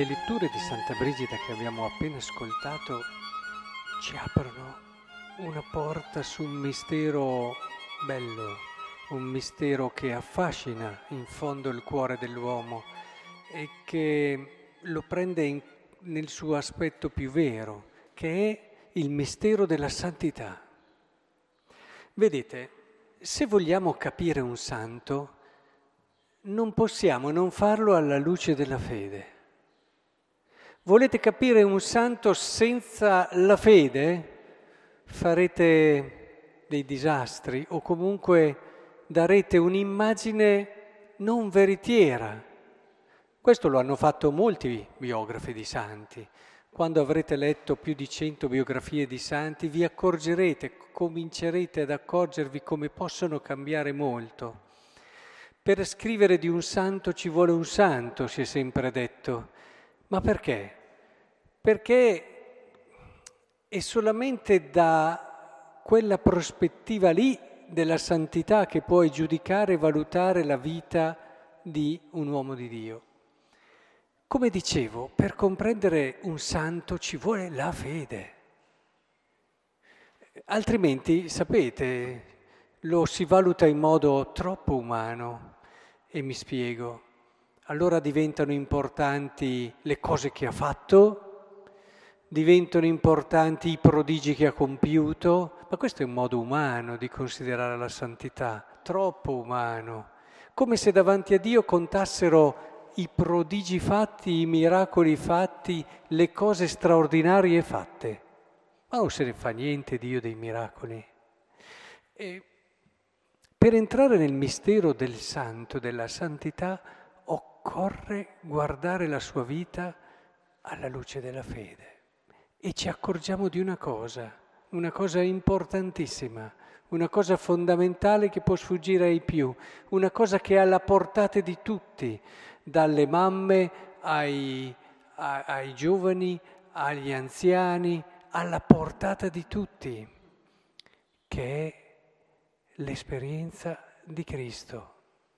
letture di Santa Brigida che abbiamo appena ascoltato ci aprono una porta su un mistero bello, un mistero che affascina in fondo il cuore dell'uomo e che lo prende nel suo aspetto più vero, che è il mistero della santità. Vedete, se vogliamo capire un santo, non possiamo non farlo alla luce della fede. Volete capire un santo senza la fede? Farete dei disastri o comunque darete un'immagine non veritiera. Questo lo hanno fatto molti biografi di santi. Quando avrete letto più di 100 biografie di santi vi accorgerete, comincerete ad accorgervi come possono cambiare molto. Per scrivere di un santo ci vuole un santo, si è sempre detto. Ma perché? Perché è solamente da quella prospettiva lì della santità che puoi giudicare e valutare la vita di un uomo di Dio. Come dicevo, per comprendere un santo ci vuole la fede. Altrimenti, sapete, lo si valuta in modo troppo umano. E mi spiego. Allora diventano importanti le cose che ha fatto, diventano importanti i prodigi che ha compiuto, ma questo è un modo umano di considerare la santità, troppo umano, come se davanti a Dio contassero i prodigi fatti, i miracoli fatti, le cose straordinarie fatte. Ma non se ne fa niente Dio dei miracoli. E per entrare nel mistero del santo, della santità, occorre guardare la sua vita alla luce della fede. E ci accorgiamo di una cosa importantissima, una cosa fondamentale che può sfuggire ai più, una cosa che è alla portata di tutti, dalle mamme ai giovani, agli anziani, alla portata di tutti, che è l'esperienza di Cristo.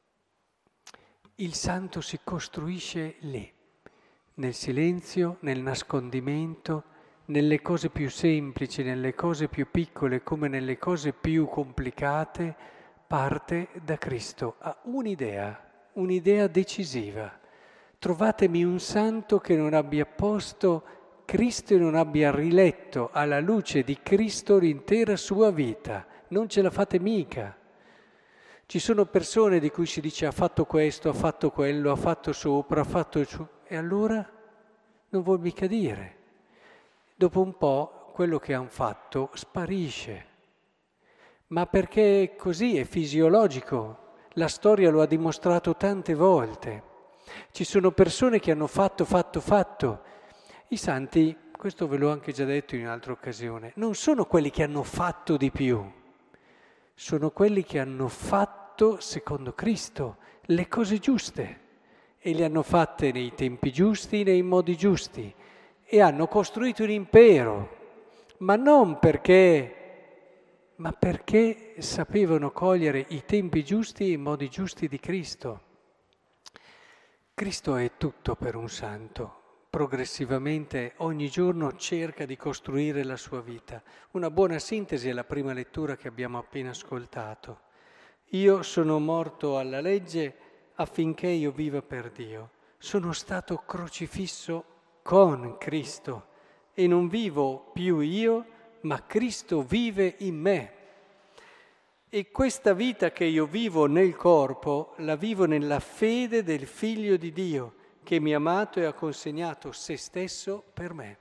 Il santo si costruisce lì, nel silenzio, nel nascondimento, nelle cose più semplici, nelle cose più piccole come nelle cose più complicate, parte da Cristo. Ha un'idea decisiva. Trovatemi un santo che non abbia posto Cristo e non abbia riletto alla luce di Cristo l'intera sua vita. Non ce la fate mica. Ci sono persone di cui si dice ha fatto questo, ha fatto quello, ha fatto sopra, ha fatto giù. E allora non vuol mica dire. Dopo un po' quello che hanno fatto sparisce. Ma perché è così, è fisiologico. La storia lo ha dimostrato tante volte. Ci sono persone che hanno fatto. I santi, questo ve l'ho anche già detto in un'altra occasione, non sono quelli che hanno fatto di più. Sono quelli che hanno fatto, secondo Cristo, le cose giuste e le hanno fatte nei tempi giusti, nei modi giusti e hanno costruito un impero, ma non perché sapevano cogliere i tempi giusti e i modi giusti di Cristo. Cristo è tutto per un santo. Progressivamente ogni giorno cerca di costruire la sua vita. Una buona sintesi è la prima lettura che abbiamo appena ascoltato. Io sono morto alla legge affinché io viva per Dio. Sono stato crocifisso con Cristo e non vivo più io, ma Cristo vive in me. E questa vita che io vivo nel corpo, la vivo nella fede del Figlio di Dio, che mi ha amato e ha consegnato se stesso per me.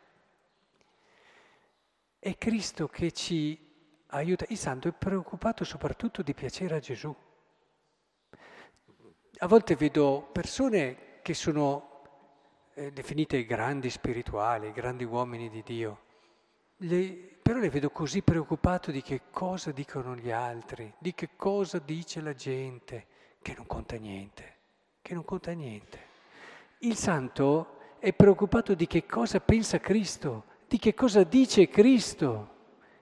È Cristo che ci aiuta. Il santo è preoccupato soprattutto di piacere a Gesù. A volte vedo persone che sono definite grandi spirituali, grandi uomini di Dio, però le vedo così preoccupato di che cosa dicono gli altri, di che cosa dice la gente, che non conta niente. Il santo è preoccupato di che cosa pensa Cristo, di che cosa dice Cristo.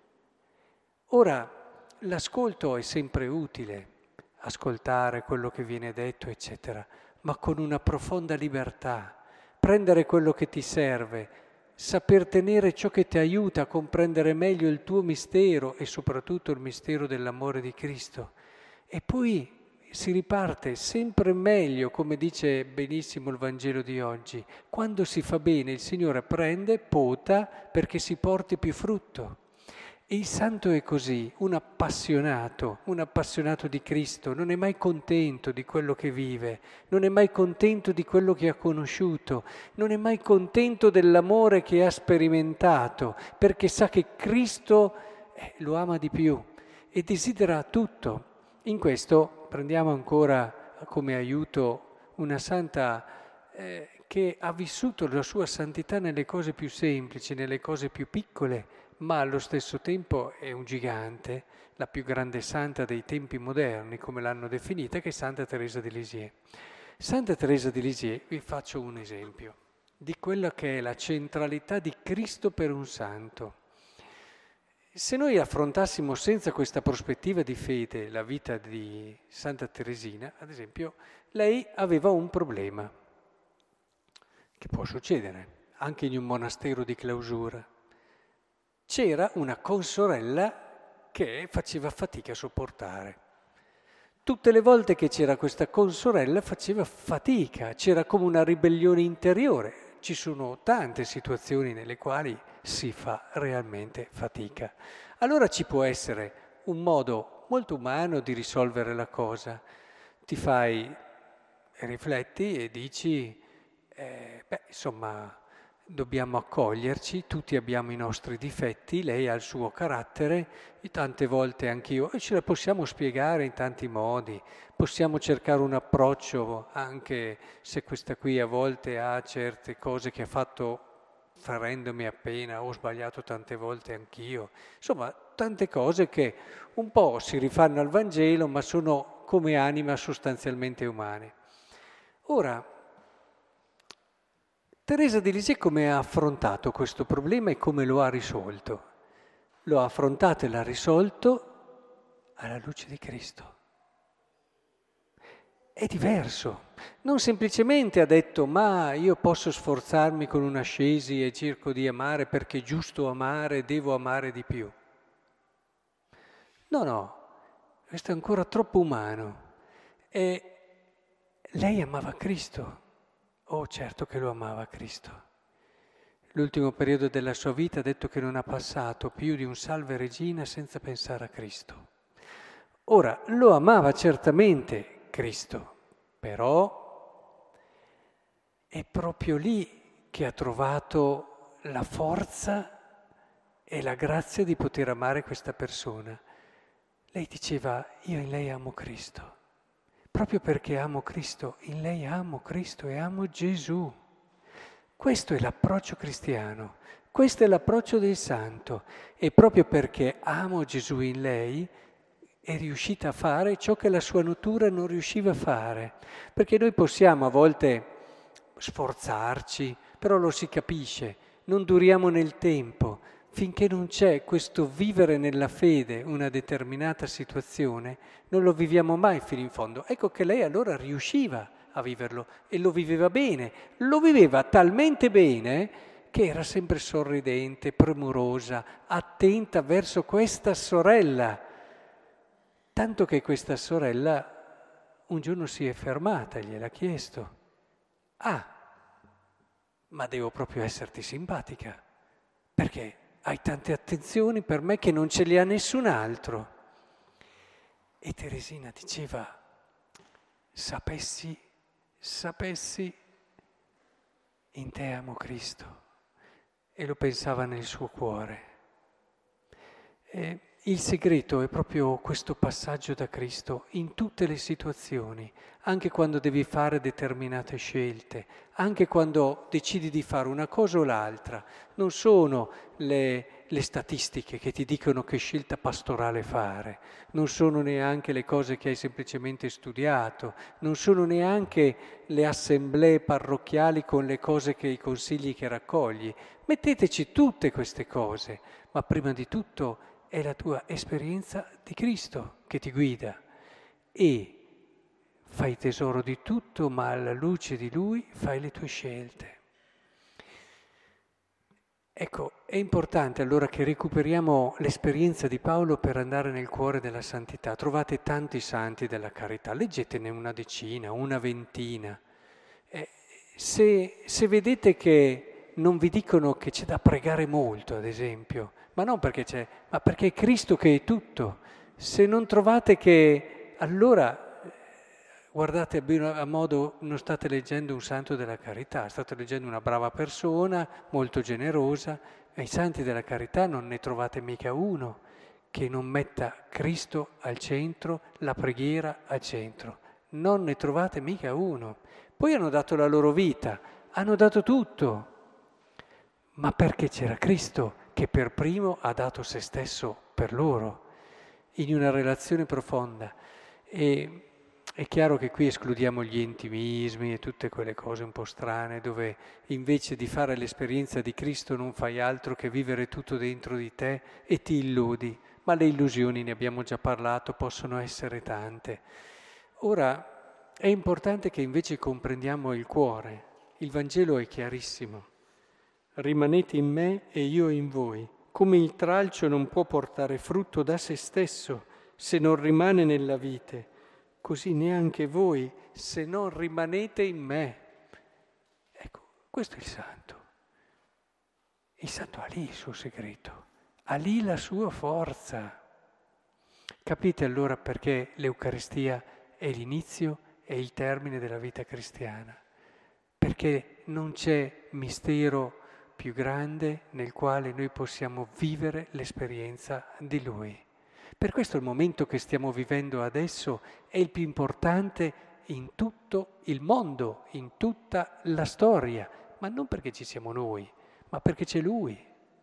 Ora, l'ascolto è sempre utile, ascoltare quello che viene detto, eccetera, ma con una profonda libertà, prendere quello che ti serve, saper tenere ciò che ti aiuta a comprendere meglio il tuo mistero e soprattutto il mistero dell'amore di Cristo. E poi si riparte sempre meglio, come dice benissimo il Vangelo di oggi. Quando si fa bene il Signore prende, pota perché si porti più frutto. E il santo è così, un appassionato di Cristo, non è mai contento di quello che vive, non è mai contento di quello che ha conosciuto, non è mai contento dell'amore che ha sperimentato, perché sa che Cristo lo ama di più e desidera tutto. In questo prendiamo ancora come aiuto una santa che ha vissuto la sua santità nelle cose più semplici, nelle cose più piccole, ma allo stesso tempo è un gigante, la più grande santa dei tempi moderni, come l'hanno definita, che è Santa Teresa di Lisieux. Santa Teresa di Lisieux, vi faccio un esempio di quella che è la centralità di Cristo per un santo. Se noi affrontassimo senza questa prospettiva di fede la vita di Santa Teresina, ad esempio, lei aveva un problema, che può succedere anche in un monastero di clausura. C'era una consorella che faceva fatica a sopportare. Tutte le volte che c'era questa consorella faceva fatica, c'era come una ribellione interiore. Ci sono tante situazioni nelle quali si fa realmente fatica. Allora ci può essere un modo molto umano di risolvere la cosa. Ti fai, rifletti e dici, insomma, dobbiamo accoglierci, tutti abbiamo i nostri difetti, lei ha il suo carattere e tante volte anch'io, e ce la possiamo spiegare in tanti modi, possiamo cercare un approccio anche se questa qui a volte ha certe cose che ha fatto ferendomi appena, ho sbagliato tante volte anch'io, insomma tante cose che un po' si rifanno al Vangelo ma sono come anima sostanzialmente umane. Ora, Teresa di Lisieux come ha affrontato questo problema e come lo ha risolto? Lo ha affrontato e l'ha risolto alla luce di Cristo. È diverso. Non semplicemente ha detto ma io posso sforzarmi con un'ascesi e cerco di amare perché è giusto amare, devo amare di più. No, questo è ancora troppo umano. E lei amava Cristo. Oh, certo che lo amava Cristo. L'ultimo periodo della sua vita ha detto che non ha passato più di un Salve Regina senza pensare a Cristo. Ora, lo amava certamente Cristo, però è proprio lì che ha trovato la forza e la grazia di poter amare questa persona. Lei diceva, io in lei amo Cristo. Proprio perché amo Cristo, in lei amo Cristo e amo Gesù. Questo è l'approccio cristiano, questo è l'approccio del santo. E proprio perché amo Gesù in lei è riuscita a fare ciò che la sua natura non riusciva a fare. Perché noi possiamo a volte sforzarci, però lo si capisce, non duriamo nel tempo. Finché non c'è questo vivere nella fede una determinata situazione, non lo viviamo mai fino in fondo. Ecco che lei allora riusciva a viverlo e lo viveva bene. Lo viveva talmente bene che era sempre sorridente, premurosa, attenta verso questa sorella. Tanto che questa sorella un giorno si è fermata e gliel'ha chiesto. Ma devo proprio esserti simpatica, perché hai tante attenzioni per me che non ce le ha nessun altro. E Teresina diceva, sapessi, in te amo Cristo. E lo pensava nel suo cuore. E il segreto è proprio questo passaggio da Cristo in tutte le situazioni, anche quando devi fare determinate scelte, anche quando decidi di fare una cosa o l'altra. Non sono le statistiche che ti dicono che scelta pastorale fare, non sono neanche le cose che hai semplicemente studiato, non sono neanche le assemblee parrocchiali con le cose che i consigli che raccogli. Metteteci tutte queste cose, ma prima di tutto è la tua esperienza di Cristo che ti guida e fai tesoro di tutto, ma alla luce di Lui fai le tue scelte. Ecco, è importante allora che recuperiamo l'esperienza di Paolo per andare nel cuore della santità. Trovate tanti santi della carità, leggetene una decina, una ventina. Se vedete che non vi dicono che c'è da pregare molto, ad esempio, ma non perché c'è, ma perché è Cristo che è tutto. Se non trovate che, allora guardate a modo, non state leggendo un santo della carità, state leggendo una brava persona, molto generosa, e i santi della carità non ne trovate mica uno che non metta Cristo al centro, la preghiera al centro. Non ne trovate mica uno. Poi hanno dato la loro vita, hanno dato tutto, ma perché c'era Cristo che per primo ha dato se stesso per loro, in una relazione profonda. E è chiaro che qui escludiamo gli intimismi e tutte quelle cose un po' strane, dove invece di fare l'esperienza di Cristo non fai altro che vivere tutto dentro di te e ti illudi. Ma le illusioni, ne abbiamo già parlato, possono essere tante. Ora, è importante che invece comprendiamo il cuore. Il Vangelo è chiarissimo. Rimanete in me e io in voi. Come il tralcio non può portare frutto da se stesso se non rimane nella vite, così neanche voi se non rimanete in me. Ecco, questo è il santo. Il santo ha lì il suo segreto, ha lì la sua forza. Capite allora perché l'Eucaristia è l'inizio e il termine della vita cristiana? Perché non c'è mistero più grande nel quale noi possiamo vivere l'esperienza di Lui. Per questo il momento che stiamo vivendo adesso è il più importante in tutto il mondo, in tutta la storia, ma non perché ci siamo noi, ma perché c'è Lui.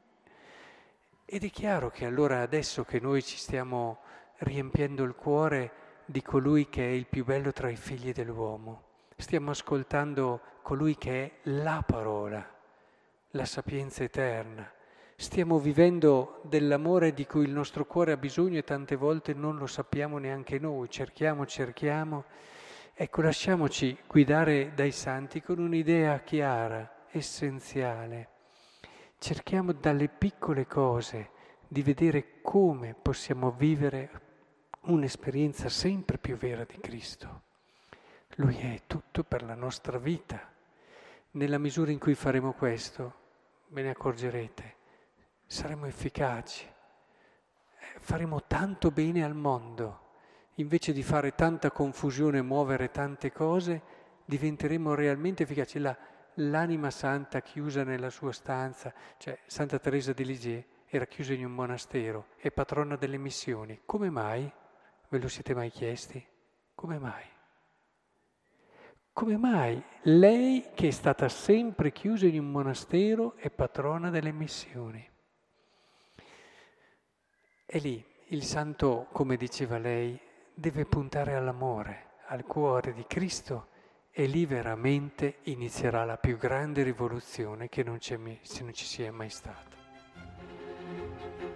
Ed è chiaro che allora adesso che noi ci stiamo riempiendo il cuore di colui che è il più bello tra i figli dell'uomo, stiamo ascoltando colui che è la parola, la sapienza eterna. Stiamo vivendo dell'amore di cui il nostro cuore ha bisogno e tante volte non lo sappiamo neanche noi. Cerchiamo. Ecco, lasciamoci guidare dai santi con un'idea chiara, essenziale. Cerchiamo dalle piccole cose di vedere come possiamo vivere un'esperienza sempre più vera di Cristo. Lui è tutto per la nostra vita. Nella misura in cui faremo questo, ve ne accorgerete, saremo efficaci, faremo tanto bene al mondo. Invece di fare tanta confusione e muovere tante cose, diventeremo realmente efficaci. L'anima santa chiusa nella sua stanza, cioè Santa Teresa di Lisieux era chiusa in un monastero, è patrona delle missioni. Come mai? Ve lo siete mai chiesti? Come mai? Come mai lei, che è stata sempre chiusa in un monastero, è patrona delle missioni? E lì il santo, come diceva lei, deve puntare all'amore, al cuore di Cristo, e lì veramente inizierà la più grande rivoluzione che non ci sia mai stata.